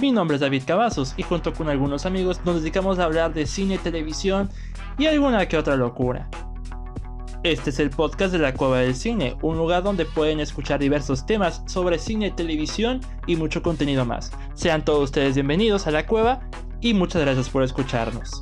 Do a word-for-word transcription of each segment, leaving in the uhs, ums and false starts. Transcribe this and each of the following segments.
Mi nombre es David Cavazos y junto con algunos amigos nos dedicamos a hablar de cine, televisión y alguna que otra locura. Este es el podcast de la Cueva del Cine, un lugar donde pueden escuchar diversos temas sobre cine, televisión y mucho contenido más. Sean todos ustedes bienvenidos a la cueva y muchas gracias por escucharnos.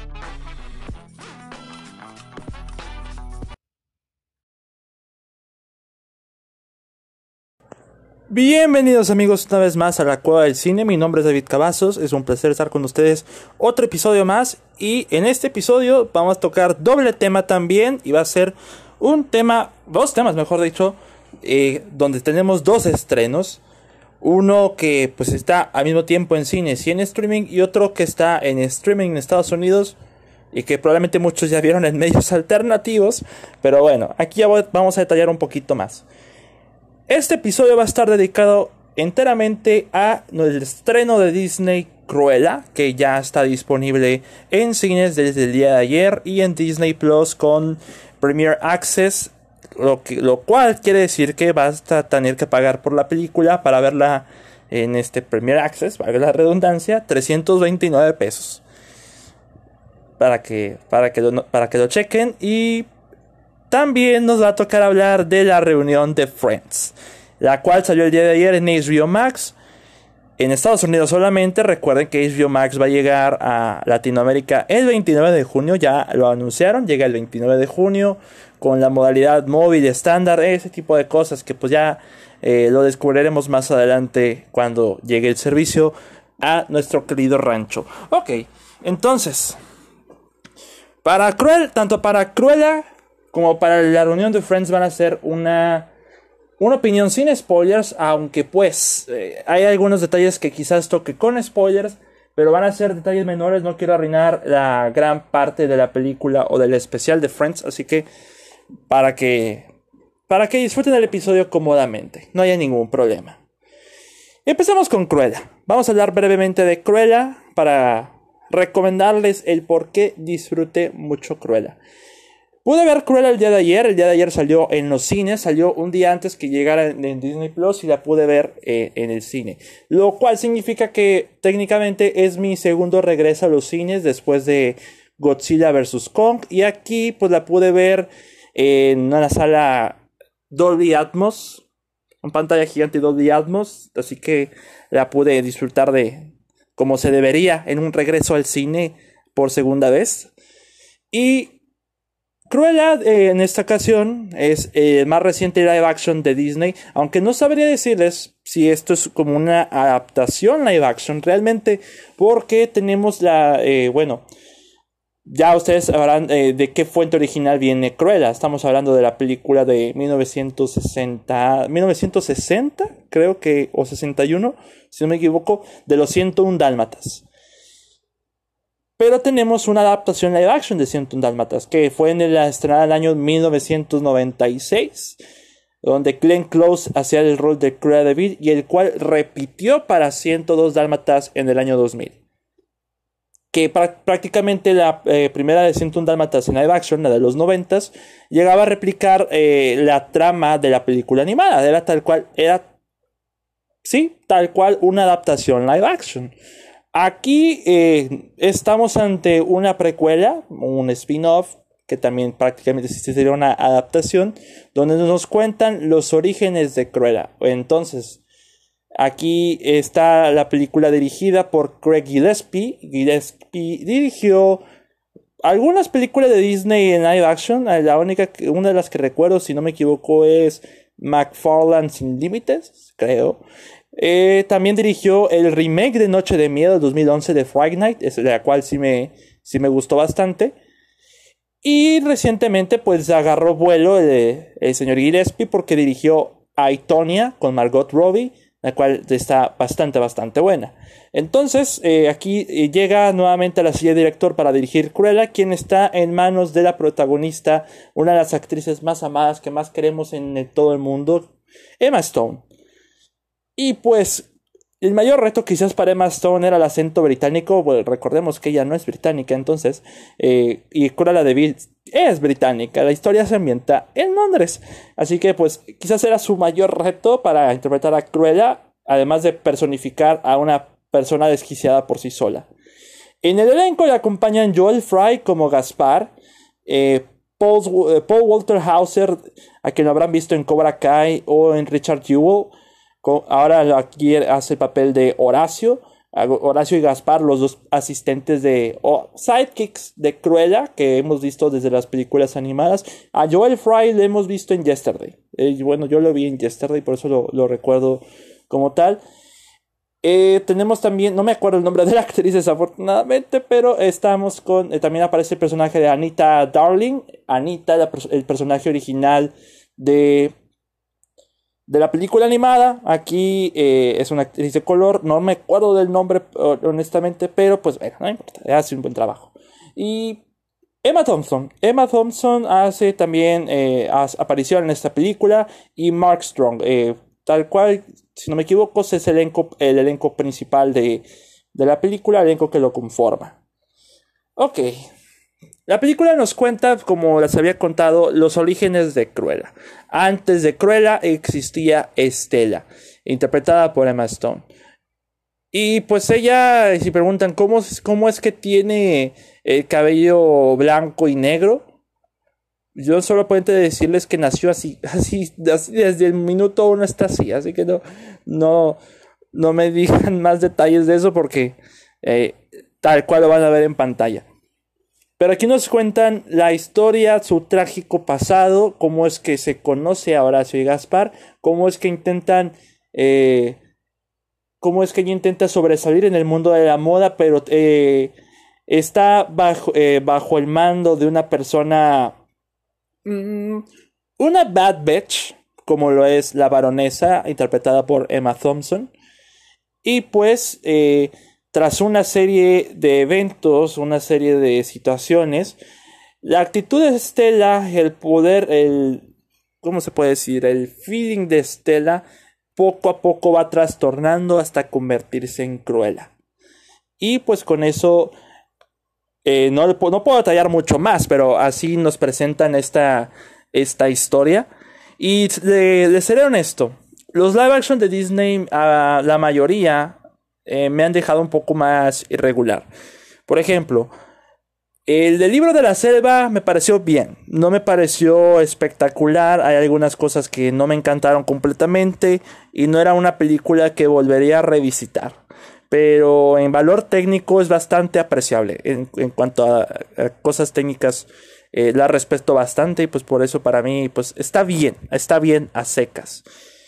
Bienvenidos amigos una vez más a la Cueva del Cine, mi nombre es David Cavazos, es un placer estar con ustedes otro episodio más y en este episodio vamos a tocar doble tema también y va a ser un tema, dos temas mejor dicho, eh, donde tenemos dos estrenos, uno que pues está al mismo tiempo en cines y en streaming y otro que está en streaming en Estados Unidos y que probablemente muchos ya vieron en medios alternativos, pero bueno, aquí ya vamos a detallar un poquito más. Este episodio va a estar dedicado enteramente a el estreno de Disney Cruella, que ya está disponible en cines desde el día de ayer y en Disney Plus con Premier Access, lo, que, lo cual quiere decir que vas a tener que pagar por la película para verla en este Premier Access, valga la redundancia, trescientos veintinueve pesos. Para que, para que, lo, para que lo chequen y... También nos va a tocar hablar de la reunión de Friends, la cual salió el día de ayer en H B O Max. En Estados Unidos solamente, recuerden que H B O Max va a llegar a Latinoamérica el veintinueve de junio, ya lo anunciaron, llega el veintinueve de junio con la modalidad móvil estándar, ese tipo de cosas que pues ya eh, lo descubriremos más adelante cuando llegue el servicio a nuestro querido rancho. Ok, entonces, para Cruel, tanto para Cruella como para la reunión de Friends van a ser una, una opinión sin spoilers, aunque pues eh, hay algunos detalles que quizás toque con spoilers, pero van a ser detalles menores, no quiero arruinar la gran parte de la película o del especial de Friends, así que para que, para que disfruten el episodio cómodamente, no haya ningún problema. Empezamos con Cruella, vamos a hablar brevemente de Cruella para recomendarles el por qué disfruté mucho Cruella. Pude ver Cruella el día de ayer, el día de ayer salió en los cines, salió un día antes que llegara en, en Disney Plus y la pude ver eh, en el cine. Lo cual significa que técnicamente es mi segundo regreso a los cines después de Godzilla versus. Kong. Y aquí pues la pude ver en una sala Dolby Atmos, en pantalla gigante Dolby Atmos, así que la pude disfrutar de como se debería en un regreso al cine por segunda vez. Y Cruella eh, en esta ocasión es el más reciente live action de Disney, aunque no sabría decirles si esto es como una adaptación live action realmente, porque tenemos la, eh, bueno, ya ustedes sabrán eh, de qué fuente original viene Cruella. Estamos hablando de la película de mil novecientos sesenta, mil novecientos sesenta creo que, o sesenta y uno, si no me equivoco, de los ciento uno Dálmatas. Pero tenemos una adaptación live action de ciento uno Dálmatas, que fue en la estrenada del año mil novecientos noventa y seis, donde Glenn Close hacía el rol de Cruella de Vil, y el cual repitió para ciento dos Dálmatas en el año dos mil. Que pr- prácticamente la eh, primera de ciento uno Dálmatas en live action, la de los noventas, llegaba a replicar eh, la trama de la película animada. Era tal cual, era, sí, tal cual una adaptación live action. Aquí eh, estamos ante una precuela, un spin-off, que también prácticamente sería una adaptación, donde nos cuentan los orígenes de Cruella. Entonces, aquí está la película dirigida por Craig Gillespie. Gillespie dirigió algunas películas de Disney en live action. La única, una de las que recuerdo, si no me equivoco, es McFarlane Sin Límites, creo. Eh, también dirigió el remake de Noche de Miedo del dos mil once de Fright Night, de la cual sí me, sí me gustó bastante. Y recientemente pues agarró vuelo el, el señor Gillespie porque dirigió Aitonia con Margot Robbie, la cual está bastante, bastante buena. Entonces eh, aquí eh, llega nuevamente a la silla de director para dirigir Cruella, quien está en manos de la protagonista, una de las actrices más amadas que más queremos en el, todo el mundo, Emma Stone. Y pues el mayor reto quizás para Emma Stone era el acento británico. Bueno, recordemos que ella no es británica, entonces, eh, y Cruella de Vil es británica. La historia se ambienta en Londres, así que pues quizás era su mayor reto para interpretar a Cruella, además de personificar a una persona desquiciada por sí sola. En el elenco le acompañan Joel Fry como Gaspar, eh, Paul, eh, Paul Walter Hauser, a quien lo habrán visto en Cobra Kai o en Richard Jewell. Ahora aquí hace el papel de Horacio. Horacio y Gaspar, los dos asistentes de oh, sidekicks de Cruella que hemos visto desde las películas animadas. A Joel Fry le hemos visto en Yesterday. Eh, bueno, yo lo vi en Yesterday, por eso lo, lo recuerdo como tal. Eh, tenemos también, no me acuerdo el nombre de la actriz desafortunadamente, pero estamos con, eh, también aparece el personaje de Anita Darling. Anita, la, el personaje original de... de la película animada. Aquí eh, es una actriz de color. No me acuerdo del nombre honestamente, pero pues bueno, no importa, hace un buen trabajo. Y Emma Thompson. Emma Thompson hace también eh, aparición en esta película. Y Mark Strong, eh, tal cual, si no me equivoco, es el elenco, el elenco principal de, de la película, el elenco que lo conforma. Ok. La película nos cuenta, como les había contado, los orígenes de Cruella. Antes de Cruella existía Estela, interpretada por Emma Stone. Y pues ella, si preguntan cómo, cómo es que tiene el cabello blanco y negro, yo solo puedo decirles que nació así, así, así desde el minuto uno está así. Así que no, no, no me digan más detalles de eso porque eh, tal cual lo van a ver en pantalla. Pero aquí nos cuentan la historia, su trágico pasado, cómo es que se conoce a Horacio y Gaspar, cómo es que intentan, eh, cómo es que ella intenta sobresalir en el mundo de la moda, pero eh, está bajo, eh, bajo el mando de una persona, mmm, una bad bitch, como lo es la baronesa, interpretada por Emma Thompson, y pues... Eh, Tras una serie de eventos, una serie de situaciones, la actitud de Estela, el poder, el, ¿cómo se puede decir? El feeling de Estela poco a poco va trastornando hasta convertirse en Cruella. Y pues con eso, eh, no, no puedo detallar mucho más, pero así nos presentan esta, esta historia. Y de, de ser honesto, los live action de Disney, a la mayoría... Eh, me han dejado un poco más irregular. Por ejemplo, el del Libro de la Selva me pareció bien. No me pareció espectacular. Hay algunas cosas que no me encantaron completamente. Y no era una película que volvería a revisitar. Pero en valor técnico es bastante apreciable. En, en cuanto a, a cosas técnicas, eh, la respeto bastante. Y pues por eso para mí pues está bien. Está bien a secas.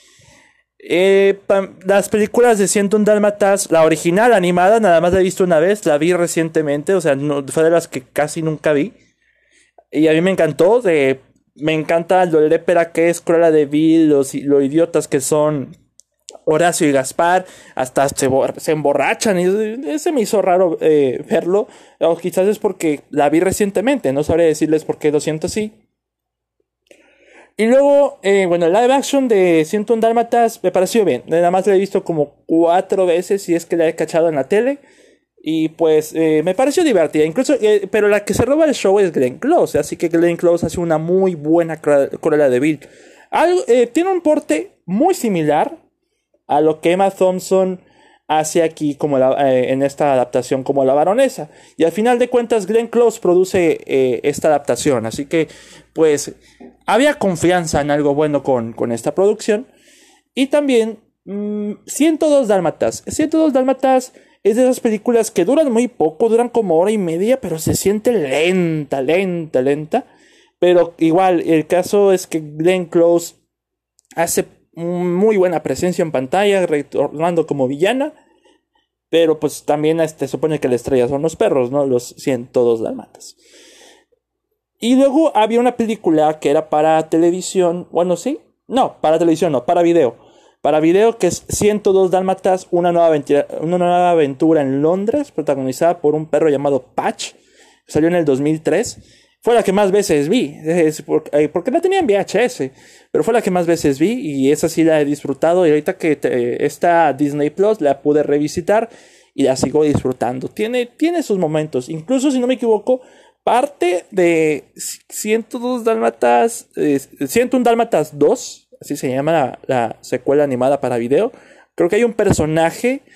Eh, las películas de ciento uno Dálmatas, la original animada, nada más la he visto una vez, la vi recientemente, o sea, no, fue de las que casi nunca vi. Y a mí me encantó, de, me encanta lo lépera que es Cruella de Vil, los, lo idiotas que son Horacio y Gaspar, hasta se, se emborrachan, y ese me hizo raro eh, verlo, o quizás es porque la vi recientemente, no sabré decirles por qué lo siento así. Y luego, eh, bueno, el live action de ciento uno Dálmatas me pareció bien. Nada más la he visto como cuatro veces y es que la he cachado en la tele. Y pues eh, me pareció divertida. Incluso, eh, pero la que se roba el show es Glenn Close. Así que Glenn Close hace una muy buena Cruella de Vil. Algo, eh, tiene un porte muy similar a lo que Emma Thompson hace aquí como la, eh, en esta adaptación como la baronesa. Y al final de cuentas Glenn Close produce eh, esta adaptación. Así que pues... había confianza en algo bueno con, con esta producción. Y también mmm, ciento dos Dálmatas. ciento dos Dálmatas es de esas películas que duran muy poco, duran como hora y media, pero se siente lenta, lenta, lenta. Pero igual, el caso es que Glenn Close hace muy buena presencia en pantalla, retornando como villana. Pero pues también este, supone que la estrella son los perros, ¿no? Los ciento dos Dálmatas. Y luego había una película que era para televisión. Bueno, sí. No, para televisión, no, para video. Para video, que es ciento dos Dálmatas, una nueva aventura, una nueva aventura en Londres, protagonizada por un perro llamado Patch. Salió en el dos mil tres. Fue la que más veces vi. Es porque, porque la tenía en V H S. Pero fue la que más veces vi. Y esa sí la he disfrutado. Y ahorita que te, esta Disney Plus la pude revisitar. Y la sigo disfrutando. Tiene, tiene sus momentos. Incluso, si no me equivoco, parte de ciento dos Dálmatas, eh, ciento uno Dálmatas dos, así se llama la, la secuela animada para video. Creo que hay un personaje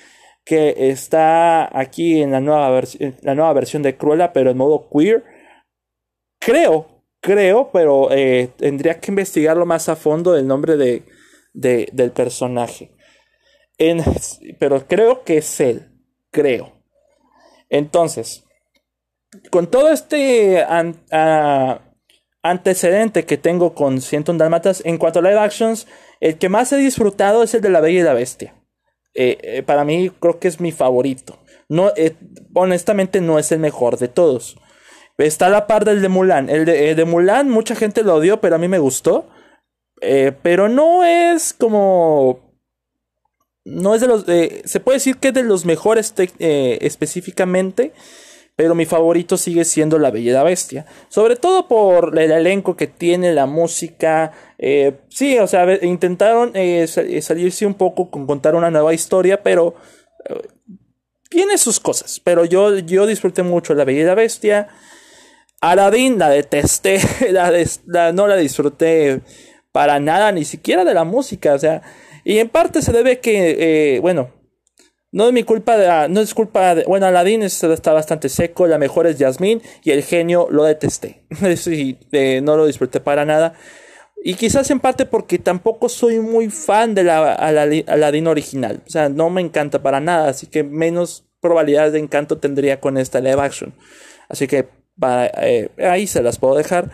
que está aquí en la nueva, vers- la nueva versión de Cruella, pero en modo queer. Creo, creo, pero eh, tendría que investigarlo más a fondo el nombre de, de- del personaje. En- pero creo que es él, creo. Entonces, con todo este an- a- antecedente que tengo con ciento uno Dálmatas, en cuanto a live actions, el que más he disfrutado es el de La Bella y la Bestia. Eh, eh, para mí creo que es mi favorito. No, eh, honestamente no es el mejor de todos. Está a la par del de Mulan. El de, el de Mulan mucha gente lo odió, pero a mí me gustó. Eh, pero no es como... No es de los... eh, se puede decir que es de los mejores tec- eh, específicamente. Pero mi favorito sigue siendo La Bella y la Bestia. Sobre todo por el elenco que tiene, la música. Eh, sí, o sea, a ver, intentaron eh, sa- eh, salirse un poco con contar una nueva historia, pero eh, tiene sus cosas. Pero yo, yo disfruté mucho La Bella y la Bestia. Aladdin la detesté. La des- la- no la disfruté para nada, ni siquiera de la música. O sea, y en parte se debe que, eh, bueno. No es mi culpa, de, no es culpa de... Bueno, Aladdin es- está bastante seco, la mejor es Jasmine y el genio lo detesté. Sí, eh, no lo disfruté para nada. Y quizás en parte porque tampoco soy muy fan de la Aladi- Aladdin original. O sea, no me encanta para nada, así que menos probabilidades de encanto tendría con esta live action. Así que para, eh, ahí se las puedo dejar.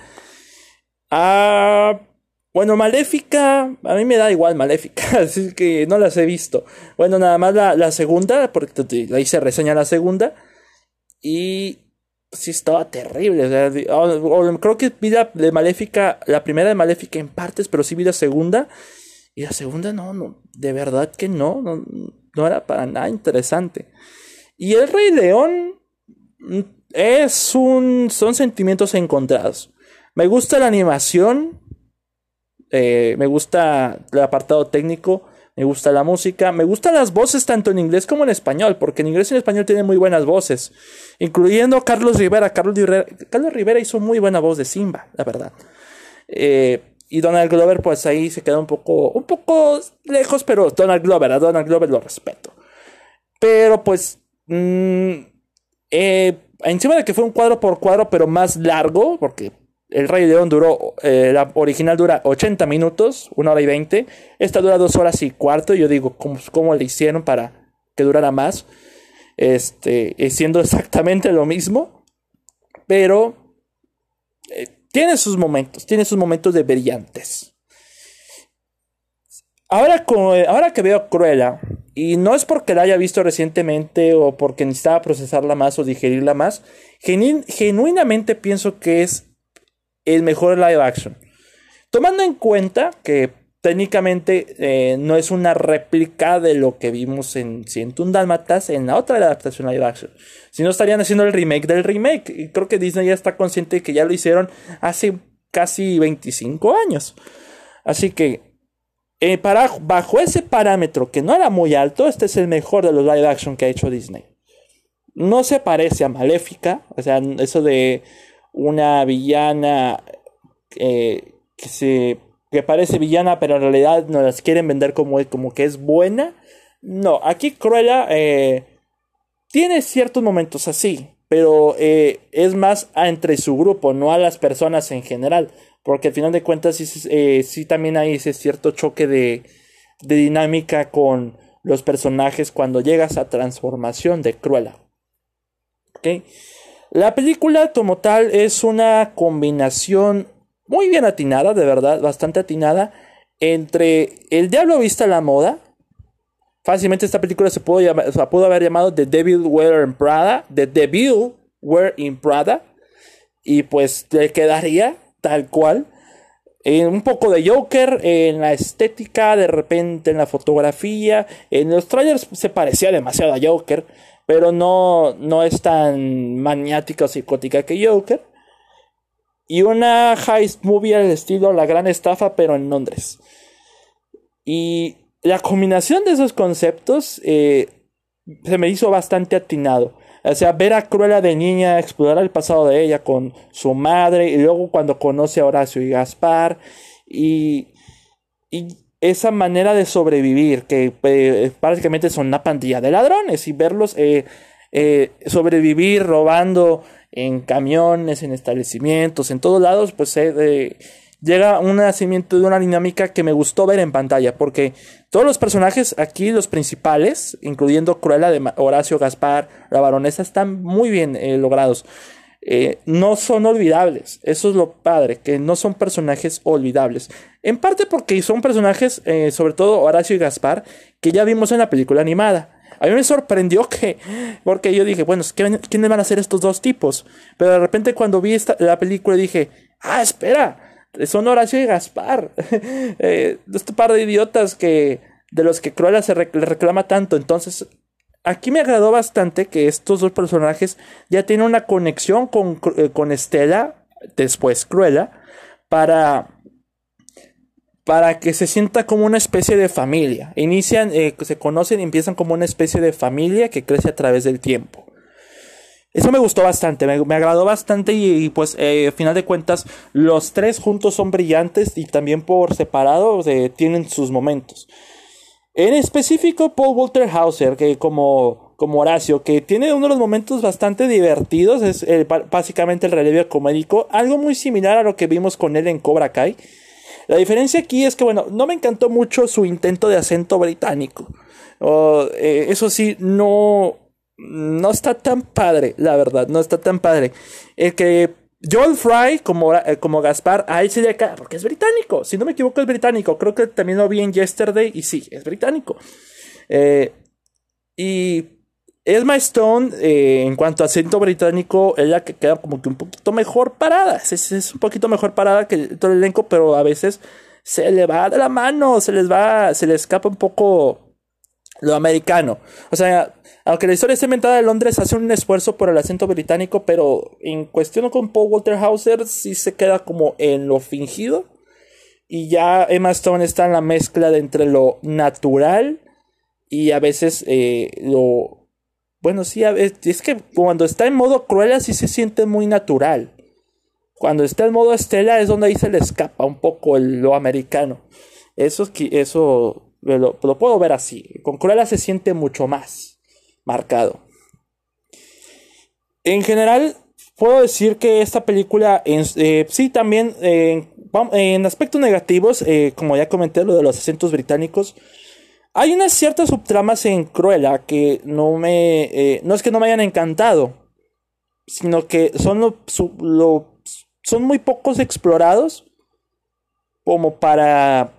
Ah, bueno, Maléfica, a mí me da igual Maléfica, así que no las he visto. Bueno, nada más la, la segunda, porque te- te- ahí se reseña la segunda, y sí estaba terrible. O sea, di- o- o creo que vi la de Maléfica, la primera de Maléfica en partes, pero sí vi la segunda, y la segunda no, no, de verdad que no, no, no era para nada interesante. Y el Rey León mm, es un, son sentimientos encontrados. Me gusta la animación. Eh, me gusta el apartado técnico, me gusta la música, me gustan las voces tanto en inglés como en español, porque en inglés y en español tienen muy buenas voces, incluyendo Carlos Rivera. Carlos Rivera, Carlos Rivera hizo muy buena voz de Simba, la verdad. Eh, y Donald Glover, pues ahí se queda un poco, un poco lejos, pero Donald Glover, a Donald Glover lo respeto. Pero pues, mmm, eh, encima de que fue un cuadro por cuadro, pero más largo, porque el Rey León duró, eh, la original dura ochenta minutos, una hora y veinte. Esta dura dos horas y cuarto. Y yo digo, ¿cómo, cómo le hicieron para que durara más? Este, eh, siendo exactamente lo mismo. Pero eh, tiene sus momentos, tiene sus momentos de brillantes. Ahora, co- ahora que veo Cruella, y no es porque la haya visto recientemente o porque necesitaba procesarla más o digerirla más, genu- genuinamente pienso que es el mejor live action. Tomando en cuenta que técnicamente eh, no es una réplica de lo que vimos en ciento uno Dálmatas en la otra adaptación live action. Si no estarían haciendo el remake del remake. Y creo que Disney ya está consciente de que ya lo hicieron hace casi veinticinco años. Así que eh, para, bajo ese parámetro que no era muy alto, este es el mejor de los live action que ha hecho Disney. No se parece a Maléfica, o sea, eso de una villana eh, que se que parece villana, pero en realidad nos las quieren vender como, como que es buena. No, aquí Cruella eh, tiene ciertos momentos así, pero eh, es más a entre su grupo, no a las personas en general, porque al final de cuentas sí, eh, sí también hay ese cierto choque de, de dinámica con los personajes cuando llega a esa transformación de Cruella. ¿Ok? La película como tal es una combinación muy bien atinada, de verdad, bastante atinada, entre El Diablo Viste a la Moda. Fácilmente esta película se pudo, llamar, se pudo haber llamado The Devil Wear in Prada, The Devil Wear in Prada, y pues le quedaría tal cual. Eh, un poco de Joker en la estética, de repente en la fotografía. En los trailers se parecía demasiado a Joker, pero no, no es tan maniática o psicótica que Joker. Y una heist movie al estilo La Gran Estafa, pero en Londres. Y la combinación de esos conceptos eh, se me hizo bastante atinado. O sea, ver a Cruella de niña, explorar el pasado de ella con su madre, y luego cuando conoce a Horacio y Gaspar, y, y esa manera de sobrevivir, que eh, prácticamente son una pandilla de ladrones, y verlos eh, eh, sobrevivir robando en camiones, en establecimientos, en todos lados, pues eh, eh, llega un nacimiento de una dinámica que me gustó ver en pantalla, porque todos los personajes aquí, los principales, incluyendo Cruella de Horacio Gaspar, la baronesa, están muy bien eh, logrados. Eh, no son olvidables, eso es lo padre, que no son personajes olvidables, en parte porque son personajes, eh, sobre todo Horacio y Gaspar, que ya vimos en la película animada. A mí me sorprendió que, porque yo dije, bueno, ¿quiénes van a ser estos dos tipos? Pero de repente cuando vi esta, la película dije, ah, espera, son Horacio y Gaspar, eh, este par de idiotas que, de los que Cruella se rec- le reclama tanto. Entonces aquí me agradó bastante que estos dos personajes ya tienen una conexión con, eh, con Estela, después Cruella, para, para que se sienta como una especie de familia. Inician, eh, se conocen y empiezan como una especie de familia que crece a través del tiempo. Eso me gustó bastante, me, me agradó bastante y, y pues eh, al final de cuentas los tres juntos son brillantes y también por separado eh, tienen sus momentos. En específico, Paul Walter Hauser, que como, como Horacio, que tiene uno de los momentos bastante divertidos, es eh, básicamente el relevo comédico, algo muy similar a lo que vimos con él en Cobra Kai. La diferencia aquí es que, bueno, no me encantó mucho su intento de acento británico. Oh, eh, eso sí, no, no está tan padre, la verdad, no está tan padre. El que Joel Fry, como, eh, como Gaspar, a él se le cae porque es británico. Si no me equivoco, es británico. Creo que también lo vi en Yesterday y sí, es británico. Eh, y Emma Stone, eh, en cuanto a acento británico, es la que queda como que un poquito mejor parada. Es, es un poquito mejor parada que todo el elenco, pero a veces se le va de la mano, se les va, se le escapa un poco lo americano. O sea, aunque la historia esté inventada de Londres, hace un esfuerzo por el acento británico, pero en cuestión con Paul Walter Hauser sí se queda como en lo fingido. Y ya Emma Stone está en la mezcla de entre lo natural y a veces eh, lo... Bueno, sí, a veces, es que cuando está en modo Cruella sí se siente muy natural. Cuando está en modo Estela es donde ahí se le escapa un poco el, lo americano. Eso, eso lo, lo puedo ver así. Con Cruella se siente mucho más marcado. En general, puedo decir que esta película, en, eh, sí, también, eh, en aspectos negativos, eh, como ya comenté, lo de los acentos británicos, hay unas ciertas subtramas en Cruella que no me, eh, no es que no me hayan encantado, sino que son, lo, su, lo, son muy pocos explorados como para...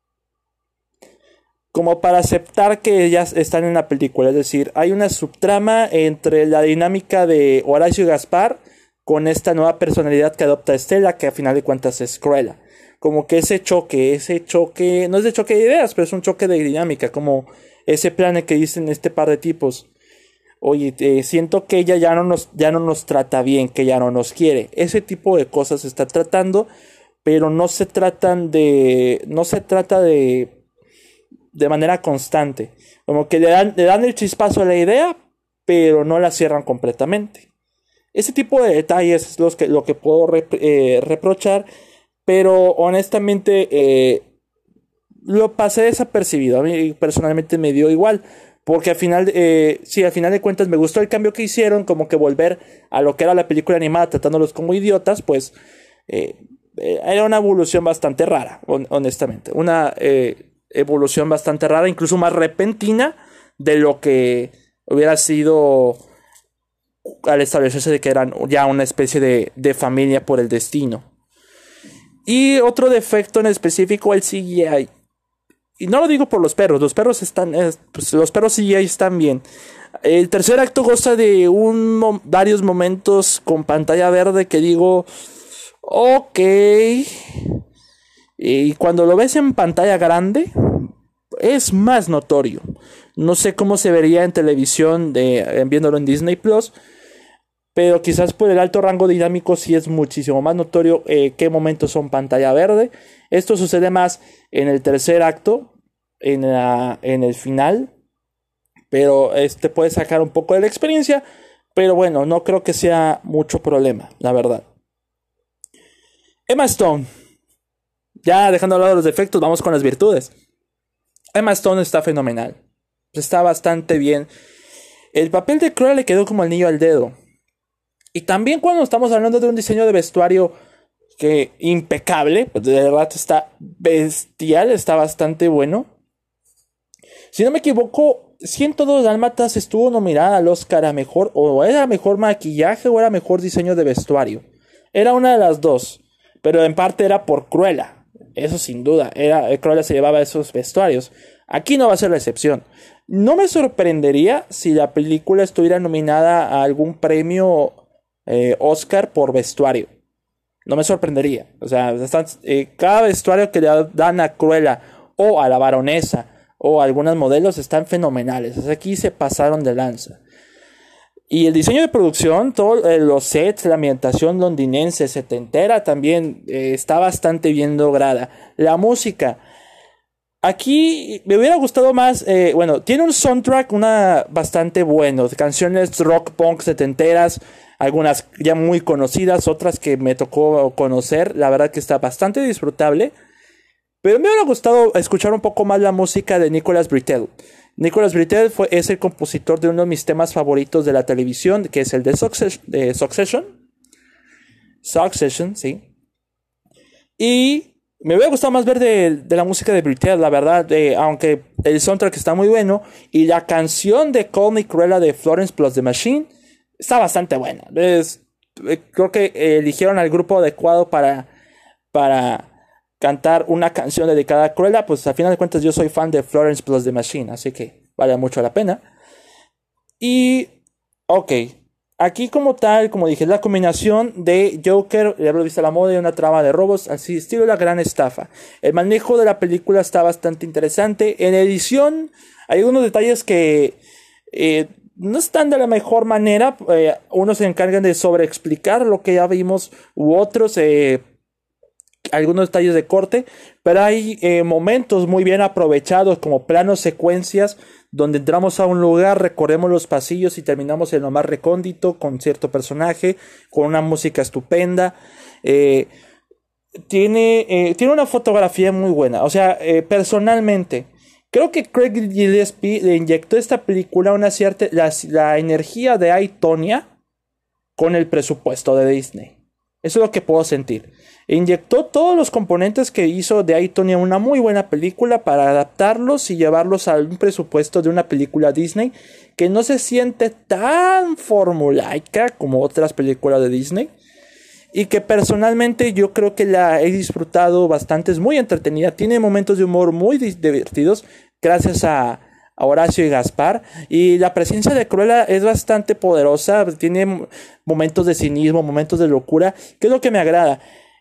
como para aceptar que ellas están en la película. Es decir, hay una subtrama entre la dinámica de Horacio y Gaspar con esta nueva personalidad que adopta Estela, que a final de cuentas es Cruella. Como que ese choque, ese choque, no es de choque de ideas, pero es un choque de dinámica, como ese plan que dicen este par de tipos. Oye, eh, siento que ella ya no, nos, ya no nos trata bien, que ya no nos quiere. Ese tipo de cosas se está tratando, pero no se tratan de, no se trata de... de manera constante. Como que le dan, le dan el chispazo a la idea, pero no la cierran completamente. Ese tipo de detalles es los que, lo que puedo rep, eh, reprochar, pero honestamente eh, lo pasé desapercibido. A mí personalmente me dio igual, porque al final, eh, sí, al final de cuentas me gustó el cambio que hicieron, como que volver a lo que era la película animada, tratándolos como idiotas, pues eh, eh, era una evolución bastante rara, on, honestamente. Una... Eh, evolución bastante rara, incluso más repentina de lo que hubiera sido al establecerse de que eran ya una especie de, de familia por el destino. Y otro defecto en específico, el C G I. Y no lo digo por los perros, los perros están, eh, pues los perros C G I están bien. El tercer acto goza de un, varios momentos con pantalla verde que digo, ok. Y cuando lo ves en pantalla grande, es más notorio. No sé cómo se vería en televisión de, viéndolo en Disney Plus, pero quizás por el alto rango dinámico sí es muchísimo más notorio eh, qué momentos son pantalla verde. Esto sucede más en el tercer acto, en, la, en el final, pero este puede sacar un poco de la experiencia, pero bueno, no creo que sea mucho problema, la verdad. Emma Stone. Ya dejando de lado los defectos, vamos con las virtudes. Emma Stone está fenomenal. Está bastante bien. El papel de Cruella le quedó como anillo al dedo. Y también cuando estamos hablando de un diseño de vestuario que impecable, pues de verdad está bestial, está bastante bueno. Si no me equivoco, ciento dos Dálmatas estuvo nominada al Oscar a mejor, o era mejor maquillaje o era mejor diseño de vestuario. Era una de las dos, pero en parte era por Cruella. Eso sin duda, era, Cruella se llevaba esos vestuarios. Aquí no va a ser la excepción. No me sorprendería si la película estuviera nominada a algún premio eh, Oscar por vestuario. No me sorprendería. O sea, están, eh, cada vestuario que le dan a Cruella o a la baronesa o a algunos modelos están fenomenales. O sea, aquí se pasaron de lanza. Y el diseño de producción, todos eh, los sets, la ambientación londinense, setentera también eh, está bastante bien lograda. La música. Aquí me hubiera gustado más, eh, bueno, tiene un soundtrack una bastante bueno, canciones rock punk setenteras, algunas ya muy conocidas, otras que me tocó conocer, la verdad que está bastante disfrutable, pero me hubiera gustado escuchar un poco más la música de Nicholas Britell. Nicholas Britell fue, es el compositor de uno de mis temas favoritos de la televisión, que es el de, Success, de Succession. Succession, sí. Y me hubiera gustado más ver de, de la música de Britell, la verdad, eh, aunque el soundtrack está muy bueno. Y la canción de Call Me Cruella de Florence Plus The Machine está bastante buena. Es, eh, creo que eh, eligieron al grupo adecuado para, para cantar una canción dedicada a Cruella. Pues a final de cuentas yo soy fan de Florence Plus The Machine, así que vale mucho la pena. Y, ok. Aquí como tal, como dije, la combinación de Joker, le hablo visto a la moda y una trama de robos, así estilo La Gran Estafa. El manejo de la película está bastante interesante. En edición hay algunos detalles que eh, no están de la mejor manera. Eh, unos se encargan de sobreexplicar lo que ya vimos, u otros eh, algunos detalles de corte, pero hay eh, momentos muy bien aprovechados como planos secuencias donde entramos a un lugar, recorremos los pasillos y terminamos en lo más recóndito con cierto personaje, con una música estupenda. Eh, tiene, eh, tiene una fotografía muy buena. O sea, eh, personalmente, creo que Craig Gillespie le inyectó a esta película una cierta, la, la energía de I, Tonya con el presupuesto de Disney. Eso es lo que puedo sentir. Inyectó todos los componentes que hizo de I, Tonya una muy buena película para adaptarlos y llevarlos a un presupuesto de una película Disney que no se siente tan formulaica como otras películas de Disney y que personalmente yo creo que la he disfrutado bastante. Es muy entretenida, tiene momentos de humor muy divertidos gracias a, a Horacio y Gaspar, y la presencia de Cruella es bastante poderosa, tiene momentos de cinismo, momentos de locura, que es lo que me agrada.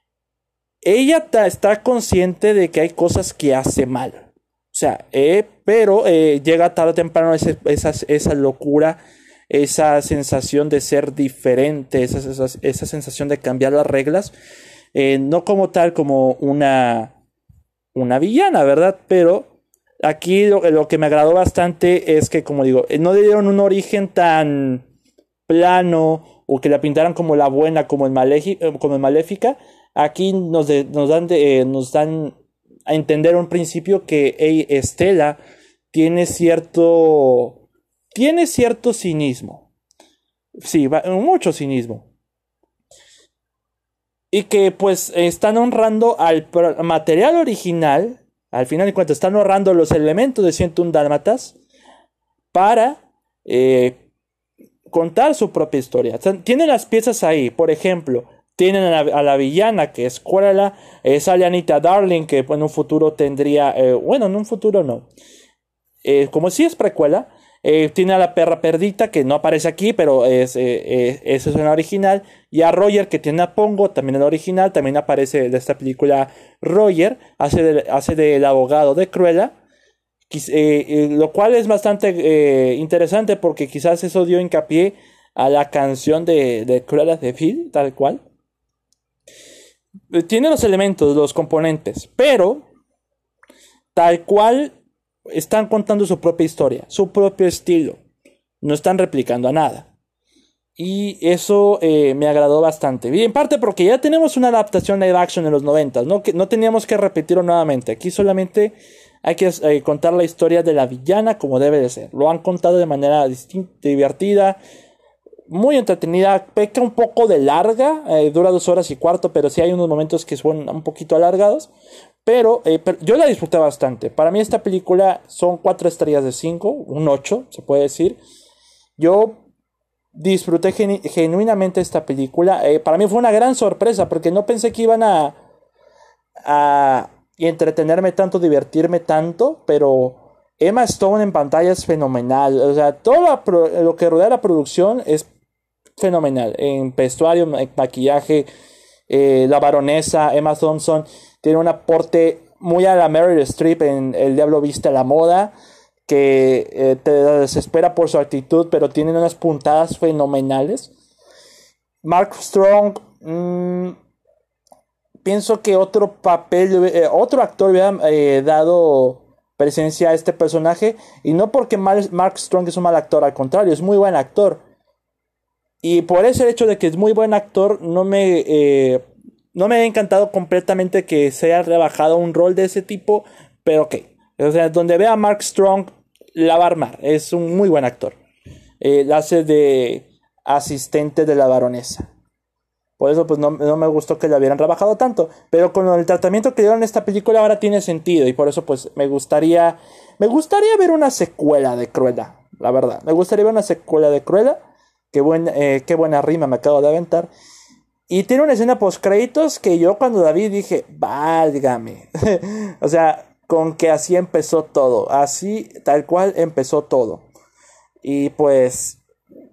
Ella está consciente de que hay cosas que hace mal. O sea, eh, pero eh, llega tarde o temprano ese, esa, esa locura, esa sensación de ser diferente, esa, esa, esa sensación de cambiar las reglas. Eh, no como tal, como una, una villana, ¿verdad? Pero aquí lo, lo que me agradó bastante es que, como digo, no le dieron un origen tan plano o que la pintaran como la buena, como en, Malefi- como en Maléfica. Aquí nos, de, nos, dan de, eh, nos dan a entender un principio que hey, Estela tiene cierto tiene cierto cinismo. Sí, va, mucho cinismo. Y que pues están honrando al material original. Al final de cuentas están honrando los elementos de ciento uno Dálmatas para eh, contar su propia historia. O sea, tienen las piezas ahí. Por ejemplo, tienen a la, a la villana, que es Cruella. Eh, sale Anita Darling, que en un futuro tendría... Eh, bueno, en un futuro no. Eh, como si es precuela. Eh, tiene a la perra perdita, que no aparece aquí, pero es, eh, eh, eso es en la original. Y a Roger, que tiene a Pongo, también en la original. También aparece de esta película Roger. Hace, de, hace del abogado de Cruella. Eh, eh, lo cual es bastante eh, interesante, porque quizás eso dio hincapié a la canción de, de Cruella de Vil, tal cual. Tiene los elementos, los componentes, pero tal cual están contando su propia historia, su propio estilo. No están replicando a nada. Y eso eh, me agradó bastante. Y en parte porque ya tenemos una adaptación live action en los noventas, ¿no? Que no teníamos que repetirlo nuevamente. Aquí solamente hay que eh, contar la historia de la villana como debe de ser. Lo han contado de manera distinta, divertida, muy entretenida. Peca un poco de larga, eh, dura dos horas y cuarto, pero sí hay unos momentos que son un poquito alargados. Pero, eh, pero yo la disfruté bastante. Para mí esta película son cuatro estrellas de cinco, un ocho, se puede decir. Yo disfruté genu genuinamente esta película. Eh, para mí fue una gran sorpresa porque no pensé que iban a, a entretenerme tanto, divertirme tanto, pero Emma Stone en pantalla es fenomenal. O sea, todo la lo que rodea la producción es fenomenal. En vestuario, maquillaje, eh, la baronesa, Emma Thompson, tiene un aporte muy a la Meryl Streep en El Diablo Viste a la Moda, que eh, te desespera por su actitud, pero tienen unas puntadas fenomenales. Mark Strong, mmm, pienso que otro papel, eh, otro actor hubiera eh, dado presencia a este personaje, y no porque Mark Strong es un mal actor, al contrario, es muy buen actor. Y por ese hecho de que es muy buen actor, no me, eh, no me ha encantado completamente que se haya rebajado un rol de ese tipo, pero ok. O sea, donde vea a Mark Strong, la va a armar. Es un muy buen actor. Eh, la hace de asistente de la baronesa. Por eso pues no, no me gustó que la hubieran rebajado tanto. Pero con el tratamiento que dieron en esta película ahora tiene sentido. Y por eso pues me gustaría... Me gustaría ver una secuela de Cruella. La verdad. Me gustaría ver una secuela de Cruella. Qué, buen, eh, qué buena rima me acabo de aventar. Y tiene una escena post créditos que yo cuando la vi dije... Válgame. O sea... Con que así empezó todo. Así, tal cual empezó todo. Y pues...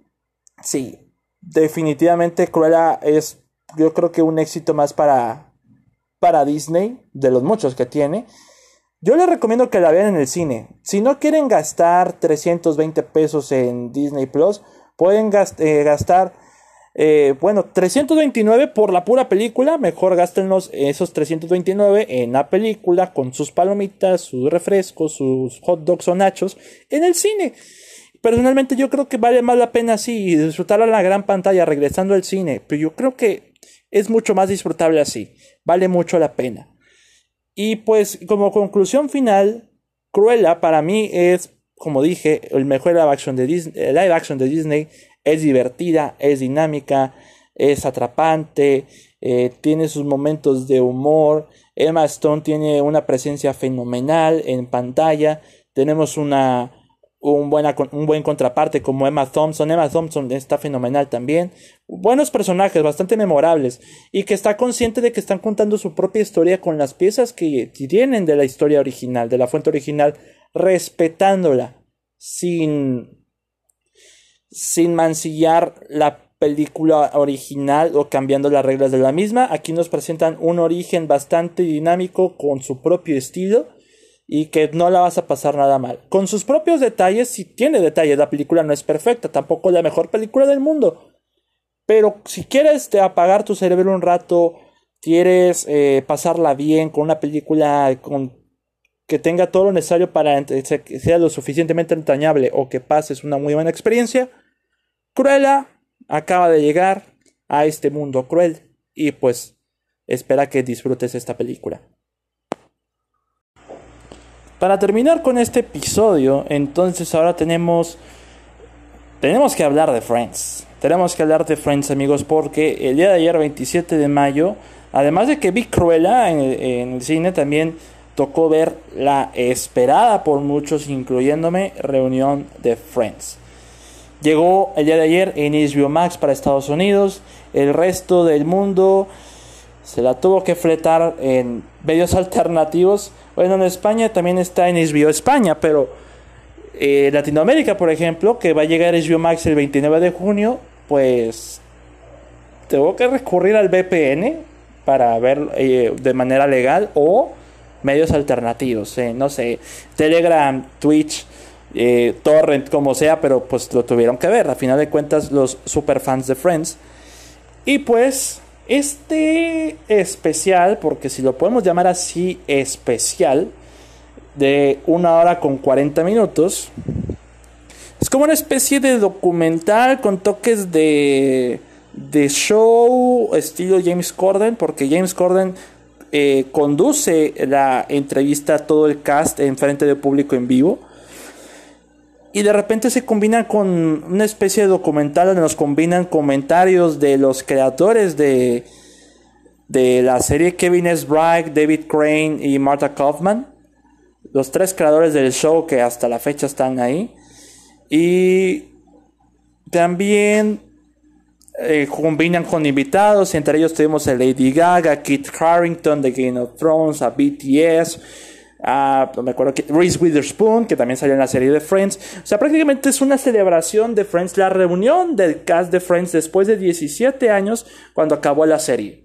Sí. Definitivamente Cruella es... Yo creo que un éxito más para... Para Disney. De los muchos que tiene. Yo les recomiendo que la vean en el cine. Si no quieren gastar trescientos veinte pesos en Disney Plus, pueden gast eh, gastar... Eh, bueno, trescientos veintinueve por la pura película. Mejor gástenos esos trescientos veintinueve en la película con sus palomitas, sus refrescos, sus hot dogs o nachos en el cine. Personalmente yo creo que vale más la pena así, disfrutarla en la gran pantalla regresando al cine. Pero yo creo que es mucho más disfrutable así. Vale mucho la pena. Y pues como conclusión final, Cruella para mí es, como dije, el mejor live action de Disney, live action de Disney. Es divertida, es dinámica, es atrapante, eh, tiene sus momentos de humor. Emma Stone tiene una presencia fenomenal en pantalla. Tenemos una, un, buena, un buen contraparte como Emma Thompson. Emma Thompson está fenomenal también. Buenos personajes, bastante memorables. Y que está consciente de que están contando su propia historia con las piezas que tienen de la historia original, de la fuente original, respetándola, sin... sin mancillar la película original o cambiando las reglas de la misma. Aquí nos presentan un origen bastante dinámico con su propio estilo y que no la vas a pasar nada mal. Con sus propios detalles, si tiene detalles, la película no es perfecta, tampoco la mejor película del mundo. Pero si quieres te apagar tu cerebro un rato, quieres eh, pasarla bien con una película con que tenga todo lo necesario para que sea lo suficientemente entrañable o que pases una muy buena experiencia, Cruella acaba de llegar a este mundo cruel y pues espera que disfrutes esta película. Para terminar con este episodio, entonces ahora tenemos tenemos que hablar de Friends. Tenemos que hablar de Friends, amigos, porque el día de ayer, veintisiete de mayo, además de que vi Cruella en el, en el cine, también tocó ver la esperada por muchos, incluyéndome, reunión de Friends. Llegó el día de ayer en H B O Max para Estados Unidos. El resto del mundo se la tuvo que fletar en medios alternativos. Bueno, en España también está en H B O España, pero eh, Latinoamérica, por ejemplo, que va a llegar H B O Max el veintinueve de junio, pues tengo que recurrir al V P N para ver eh, de manera legal o medios alternativos, eh, no sé, Telegram, Twitch, eh, Torrent, como sea, pero pues lo tuvieron que ver, a final de cuentas los superfans de Friends. Y pues este especial, porque si lo podemos llamar así, especial, de una hora con cuarenta minutos, es como una especie de documental con toques de, de show estilo James Corden, porque James Corden eh, conduce la entrevista a todo el cast en frente de público en vivo. Y de repente se combina con una especie de documental donde nos combinan comentarios de los creadores de, de la serie, Kevin S. Bragg, David Crane y Martha Kaufman. Los tres creadores del show que hasta la fecha están ahí. Y también eh, combinan con invitados. Entre ellos tuvimos a Lady Gaga, Kit Harington de Game of Thrones, a B T S, a, no me acuerdo, que, Reese Witherspoon, que también salió en la serie de Friends. O sea, prácticamente es una celebración de Friends, la reunión del cast de Friends después de diecisiete años cuando acabó la serie.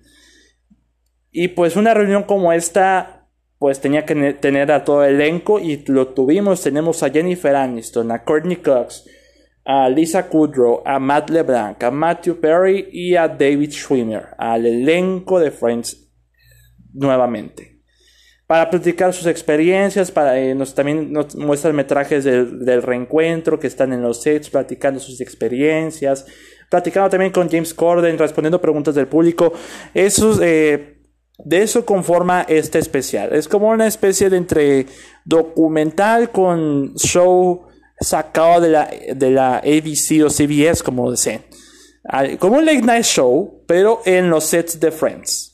Y pues una reunión como esta, pues tenía que tener a todo el elenco, y lo tuvimos. Tenemos a Jennifer Aniston, a Courtney Cox, a Lisa Kudrow, a Matt LeBlanc, a Matthew Perry y a David Schwimmer, al elenco de Friends nuevamente, para platicar sus experiencias. Para, eh, nos, también nos muestran metrajes del, del reencuentro, que están en los sets platicando sus experiencias, platicando también con James Corden, respondiendo preguntas del público. Eso, eh, de eso conforma este especial. Es como una especie de entre documental con show sacado de la, de la A B C o C B S, como dicen, como un late night show, pero en los sets de Friends.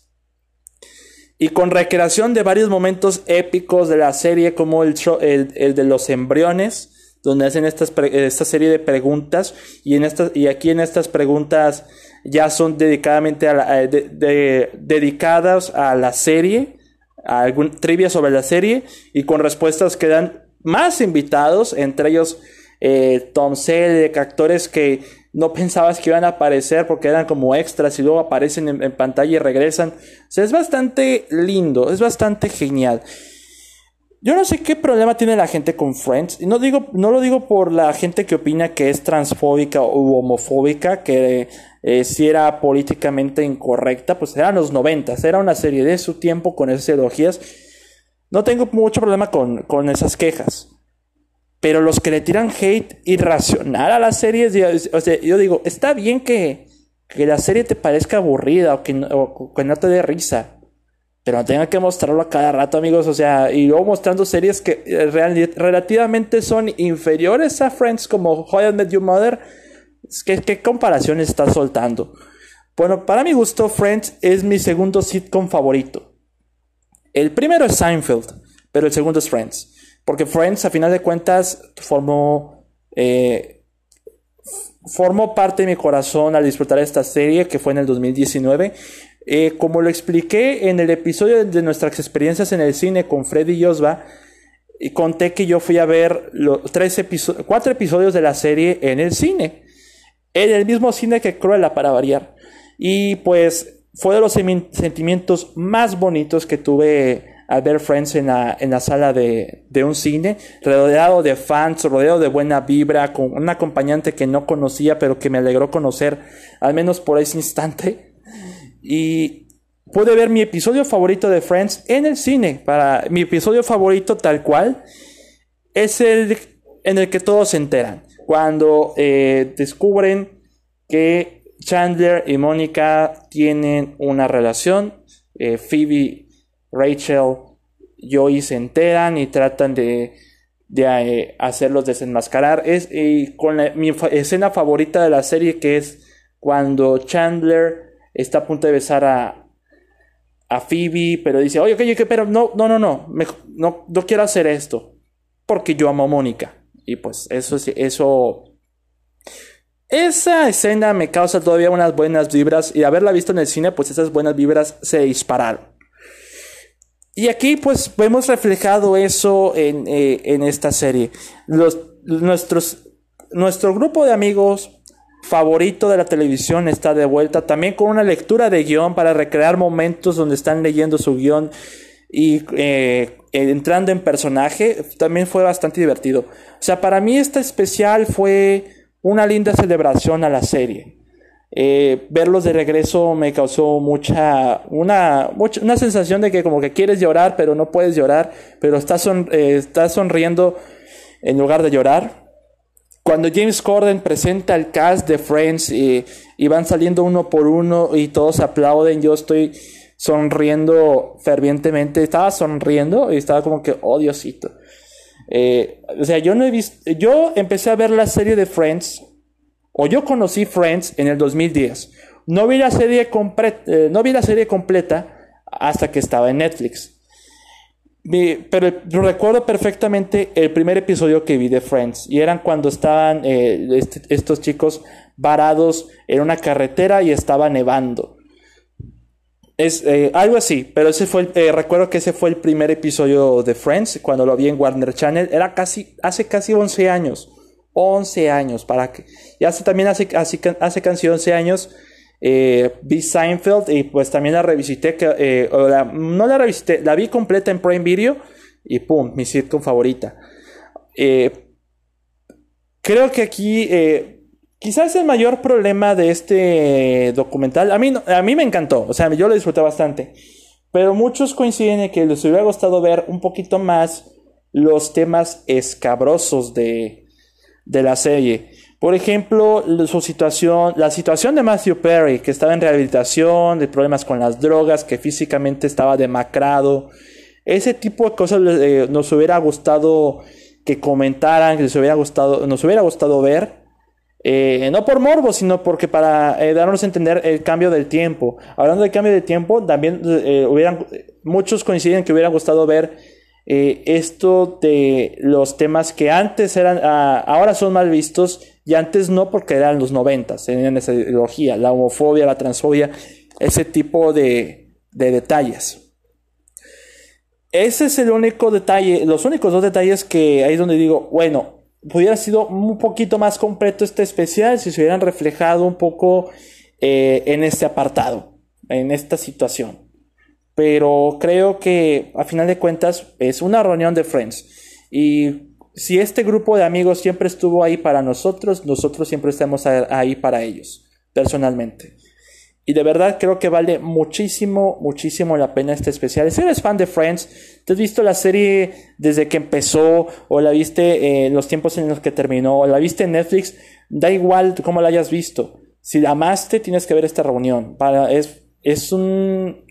Y con recreación de varios momentos épicos de la serie, como el, show, el, el de los embriones, donde hacen estas esta serie de preguntas. Y, en estas, y aquí en estas preguntas ya son dedicadamente a la, de, de, dedicadas a la serie, a algún trivia sobre la serie, y con respuestas que dan más invitados, entre ellos eh, Tom Selleck, actores que no pensabas que iban a aparecer porque eran como extras y luego aparecen en, en pantalla y regresan. O sea, es bastante lindo, es bastante genial. Yo no sé qué problema tiene la gente con Friends. Y no digo, no lo digo por la gente que opina que es transfóbica o homofóbica, que eh, si era políticamente incorrecta. Pues eran los noventas, era una serie de su tiempo con esas ideologías. No tengo mucho problema con, con esas quejas. Pero los que le tiran hate irracional a las series, o sea, yo digo, está bien que, que la serie te parezca aburrida o que, no, o que no te dé risa, pero no tengan que mostrarlo a cada rato, amigos. O sea, y luego mostrando series que real, relativamente son inferiores a Friends, como How I Met Your Mother. ¿Qué, qué comparación está soltando? Bueno, para mi gusto, Friends es mi segundo sitcom favorito. El primero es Seinfeld, pero el segundo es Friends. Porque Friends, a final de cuentas, formó, eh, formó parte de mi corazón al disfrutar esta serie, que fue en el dos mil diecinueve. Eh, como lo expliqué en el episodio de nuestras experiencias en el cine con Freddy y Osva, y conté que yo fui a ver los tres episodios, cuatro episodios de la serie en el cine. En el mismo cine que Cruella, para variar. Y pues fue de los sentimientos más bonitos que tuve al ver Friends en la, en la sala de, de un cine, rodeado de fans, rodeado de buena vibra, con un acompañante que no conocía, pero que me alegró conocer, al menos por ese instante. Y pude ver mi episodio favorito de Friends en el cine. Para mi episodio favorito, tal cual, es el en el que todos se enteran. Cuando eh, descubren que Chandler y Mónica tienen una relación. eh, Phoebe, Rachel, Joey se enteran y tratan de, de eh, hacerlos desenmascarar. Es eh, con la, mi fa- escena favorita de la serie, que es cuando Chandler está a punto de besar a, a Phoebe, pero dice, oye, oye, pero no, no, no, no, me, no, no quiero hacer esto porque yo amo a Mónica. Y pues eso, eso, esa escena me causa todavía unas buenas vibras, y haberla visto en el cine, pues esas buenas vibras se dispararon. Y aquí pues vemos reflejado eso en, eh, en esta serie. Los, nuestros, nuestro grupo de amigos favorito de la televisión está de vuelta, también con una lectura de guión para recrear momentos donde están leyendo su guión y eh, entrando en personaje. También fue bastante divertido. O sea, para mí este especial fue una linda celebración a la serie. Eh, verlos de regreso me causó mucha una, mucha una sensación de que como que quieres llorar pero no puedes llorar, pero estás, son, eh, estás sonriendo en lugar de llorar. Cuando James Corden presenta el cast de Friends eh, y van saliendo uno por uno y todos aplauden, yo estoy sonriendo fervientemente. Estaba sonriendo y estaba como que, oh Diosito. Eh, o sea, yo no he visto... Yo empecé a ver la serie de Friends, o yo conocí Friends en el dos mil diez. No vi la serie, compre- eh, no vi la serie completa hasta que estaba en Netflix. Pero recuerdo perfectamente el primer episodio que vi de Friends. Y eran cuando estaban eh, este, estos chicos varados en una carretera y estaba nevando. Es eh, algo así. Pero ese fue el, eh, recuerdo que ese fue el primer episodio de Friends. Cuando lo vi en Warner Channel. Era casi, hace casi once años. once años. Para que, y hace también hace, hace, hace casi once años. Eh, vi Seinfeld y pues también la revisité, que, eh, o la, no la revisité, la vi completa en Prime Video y pum, mi sitcom favorita. Eh, creo que aquí eh, quizás el mayor problema de este documental, a mí, a mí me encantó, o sea, yo lo disfruté bastante, pero muchos coinciden en que les hubiera gustado ver un poquito más los temas escabrosos de, de la serie. Por ejemplo, su situación, la situación de Matthew Perry, que estaba en rehabilitación, de problemas con las drogas, que físicamente estaba demacrado. Ese tipo de cosas eh, nos hubiera gustado que comentaran, que les hubiera gustado, nos hubiera gustado ver. Eh, no por morbo, sino porque para eh, darnos a entender el cambio del tiempo. Hablando del cambio de tiempo, también eh, hubieran, muchos coinciden que hubiera gustado ver eh, esto de los temas que antes eran, uh, ahora son mal vistos. Y antes no, porque eran los noventas, tenían esa ideología, la homofobia, la transfobia, ese tipo de, de detalles. Ese es el único detalle, los únicos dos detalles que ahí es donde digo, bueno, hubiera sido un poquito más completo este especial si se hubieran reflejado un poco eh, en este apartado, en esta situación. Pero creo que a final de cuentas es una reunión de Friends. Y si este grupo de amigos siempre estuvo ahí para nosotros, nosotros siempre estamos ahí para ellos, personalmente. Y de verdad creo que vale muchísimo, muchísimo la pena este especial. Si eres fan de Friends, te has visto la serie desde que empezó, o la viste en los tiempos en los que terminó, o la viste en Netflix, da igual cómo la hayas visto. Si la amaste, tienes que ver esta reunión. Para, es, es un...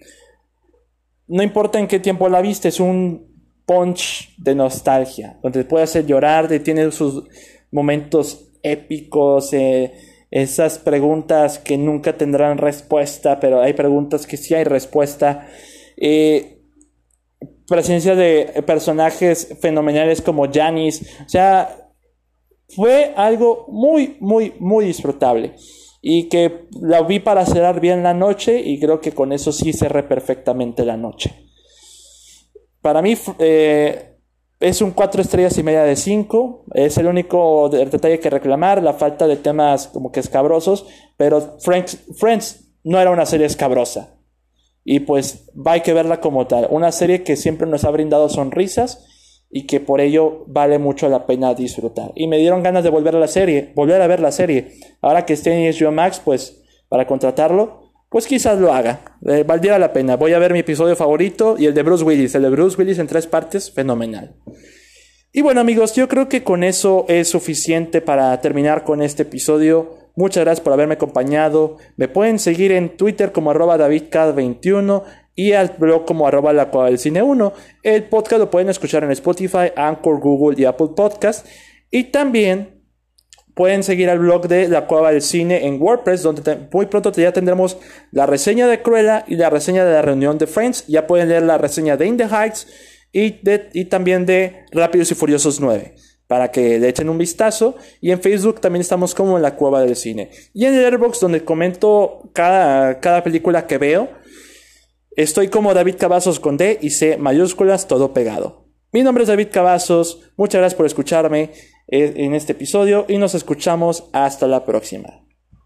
No importa en qué tiempo la viste, es un punch de nostalgia, donde puede hacer llorar, de, tiene sus momentos épicos, eh, esas preguntas que nunca tendrán respuesta, pero hay preguntas que sí hay respuesta, eh, presencia de personajes fenomenales como Janice, o sea, fue algo muy, muy, muy disfrutable, y que la vi para cerrar bien la noche, y creo que con eso sí cerré perfectamente la noche. Para mí eh, es un cuatro estrellas y media de cinco. Es el único detalle que reclamar, la falta de temas como que escabrosos. Pero Friends, Friends no era una serie escabrosa. Y pues hay que verla como tal. Una serie que siempre nos ha brindado sonrisas y que por ello vale mucho la pena disfrutar. Y me dieron ganas de volver a la serie, volver a ver la serie. Ahora que esté en H B O Max, pues para contratarlo, pues quizás lo haga, eh, valdría la pena. Voy a ver mi episodio favorito y el de Bruce Willis, el de Bruce Willis en tres partes, fenomenal. Y bueno amigos, yo creo que con eso es suficiente para terminar con este episodio. Muchas gracias por haberme acompañado. Me pueden seguir en Twitter como arroba david k veintiuno y al blog como arroba la cueva del cine uno. El podcast lo pueden escuchar en Spotify, Anchor, Google y Apple Podcast. Y también pueden seguir al blog de La Cueva del Cine en WordPress, donde te, muy pronto ya tendremos la reseña de Cruella y la reseña de la reunión de Friends. Ya pueden leer la reseña de In the Heights y, de, y también de Rápidos y Furiosos nueve, para que le echen un vistazo. Y en Facebook también estamos como en La Cueva del Cine. Y en Letterboxd, donde comento cada, cada película que veo, estoy como David Cavazos con D y C mayúsculas, todo pegado. Mi nombre es David Cavazos, muchas gracias por escucharme en este episodio y nos escuchamos hasta la próxima.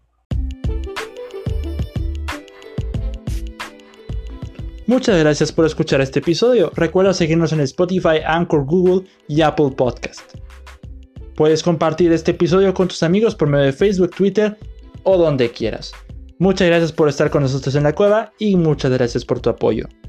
Muchas gracias por escuchar este episodio. Recuerda seguirnos en Spotify, Anchor, Google y Apple Podcast. Puedes compartir este episodio con tus amigos por medio de Facebook, Twitter o donde quieras. Muchas gracias por estar con nosotros en la cueva y muchas gracias por tu apoyo.